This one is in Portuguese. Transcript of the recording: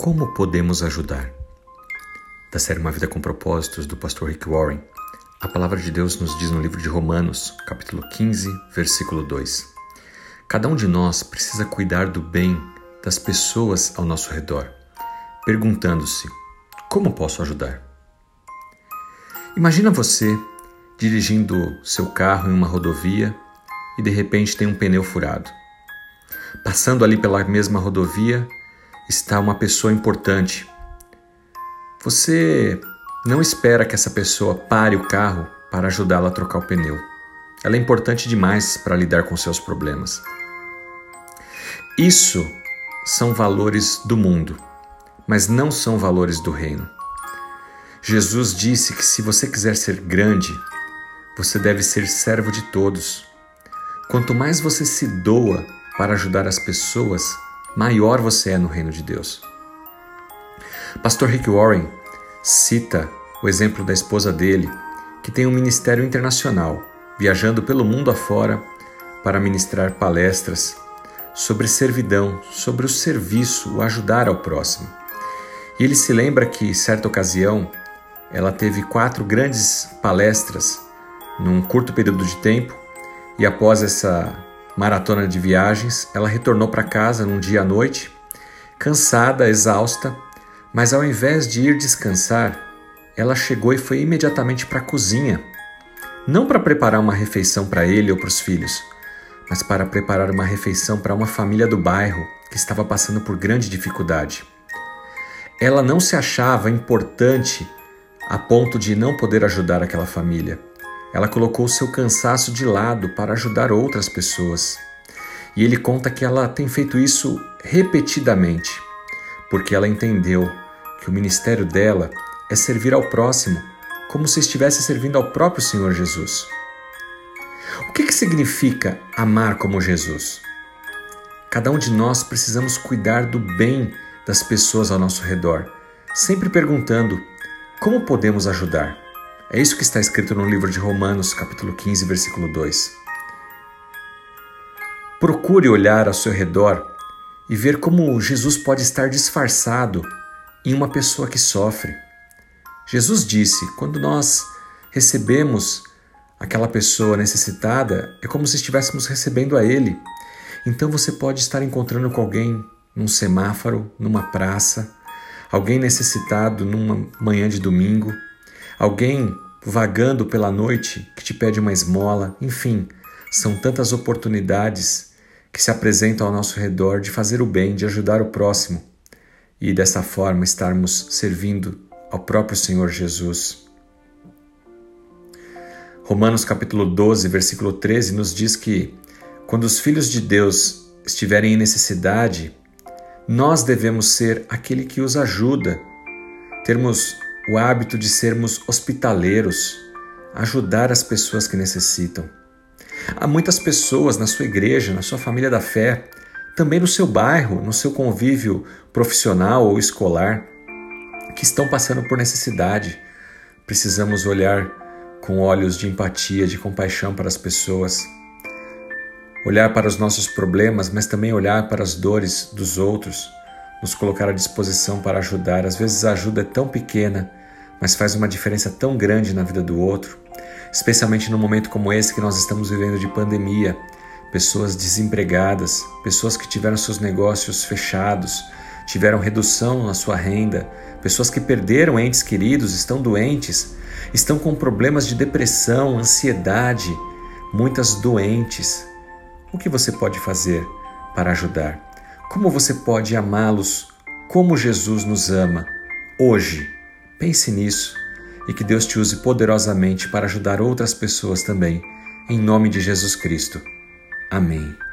Como podemos ajudar? Da série Uma Vida com Propósitos, do pastor Rick Warren, a palavra de Deus nos diz no livro de Romanos, capítulo 15, versículo 2. Cada um de nós precisa cuidar do bem das pessoas ao nosso redor, perguntando-se: como posso ajudar? Imagina você dirigindo seu carro em uma rodovia e de repente tem um pneu furado. Passando ali pela mesma rodovia está uma pessoa importante. Você não espera que essa pessoa pare o carro para ajudá-la a trocar o pneu. Ela é importante demais para lidar com seus problemas. Isso são valores do mundo, mas não são valores do reino. Jesus disse que se você quiser ser grande, você deve ser servo de todos. Quanto mais você se doa para ajudar as pessoas, maior você é no reino de Deus. Pastor Rick Warren cita o exemplo da esposa dele, que tem um ministério internacional, viajando pelo mundo afora para ministrar palestras sobre servidão, sobre o serviço, o ajudar ao próximo. E ele se lembra que, certa ocasião, ela teve 4 grandes palestras num curto período de tempo, e após essa maratona de viagens, ela retornou para casa num dia à noite, cansada, exausta, mas ao invés de ir descansar, ela chegou e foi imediatamente para a cozinha, não para preparar uma refeição para ele ou para os filhos, mas para preparar uma refeição para uma família do bairro que estava passando por grande dificuldade. Ela não se achava importante a ponto de não poder ajudar aquela família. Ela colocou seu cansaço de lado para ajudar outras pessoas. E ele conta que ela tem feito isso repetidamente, porque ela entendeu que o ministério dela é servir ao próximo, como se estivesse servindo ao próprio Senhor Jesus. O que significa amar como Jesus? Cada um de nós precisamos cuidar do bem das pessoas ao nosso redor, sempre perguntando: como podemos ajudar? É isso que está escrito no livro de Romanos, capítulo 15, versículo 2. Procure olhar ao seu redor e ver como Jesus pode estar disfarçado em uma pessoa que sofre. Jesus disse: quando nós recebemos aquela pessoa necessitada, é como se estivéssemos recebendo a Ele. Então você pode estar encontrando com alguém num semáforo, numa praça, alguém necessitado numa manhã de domingo, alguém vagando pela noite que te pede uma esmola. Enfim, são tantas oportunidades que se apresentam ao nosso redor de fazer o bem, de ajudar o próximo e dessa forma estarmos servindo ao próprio Senhor Jesus. Romanos capítulo 12, versículo 13 nos diz que quando os filhos de Deus estiverem em necessidade, nós devemos ser aquele que os ajuda, termos o hábito de sermos hospitaleiros, ajudar as pessoas que necessitam. Há muitas pessoas na sua igreja, na sua família da fé, também no seu bairro, no seu convívio profissional ou escolar, que estão passando por necessidade. Precisamos olhar com olhos de empatia, de compaixão para as pessoas. Olhar para os nossos problemas, mas também olhar para as dores dos outros, nos colocar à disposição para ajudar. Às vezes a ajuda é tão pequena, mas faz uma diferença tão grande na vida do outro, especialmente num momento como esse que nós estamos vivendo de pandemia. Pessoas desempregadas, pessoas que tiveram seus negócios fechados, tiveram redução na sua renda, pessoas que perderam entes queridos, estão doentes, estão com problemas de depressão, ansiedade, muitas doentes. O que você pode fazer para ajudar? Como você pode amá-los como Jesus nos ama hoje? Pense nisso e que Deus te use poderosamente para ajudar outras pessoas também, em nome de Jesus Cristo. Amém.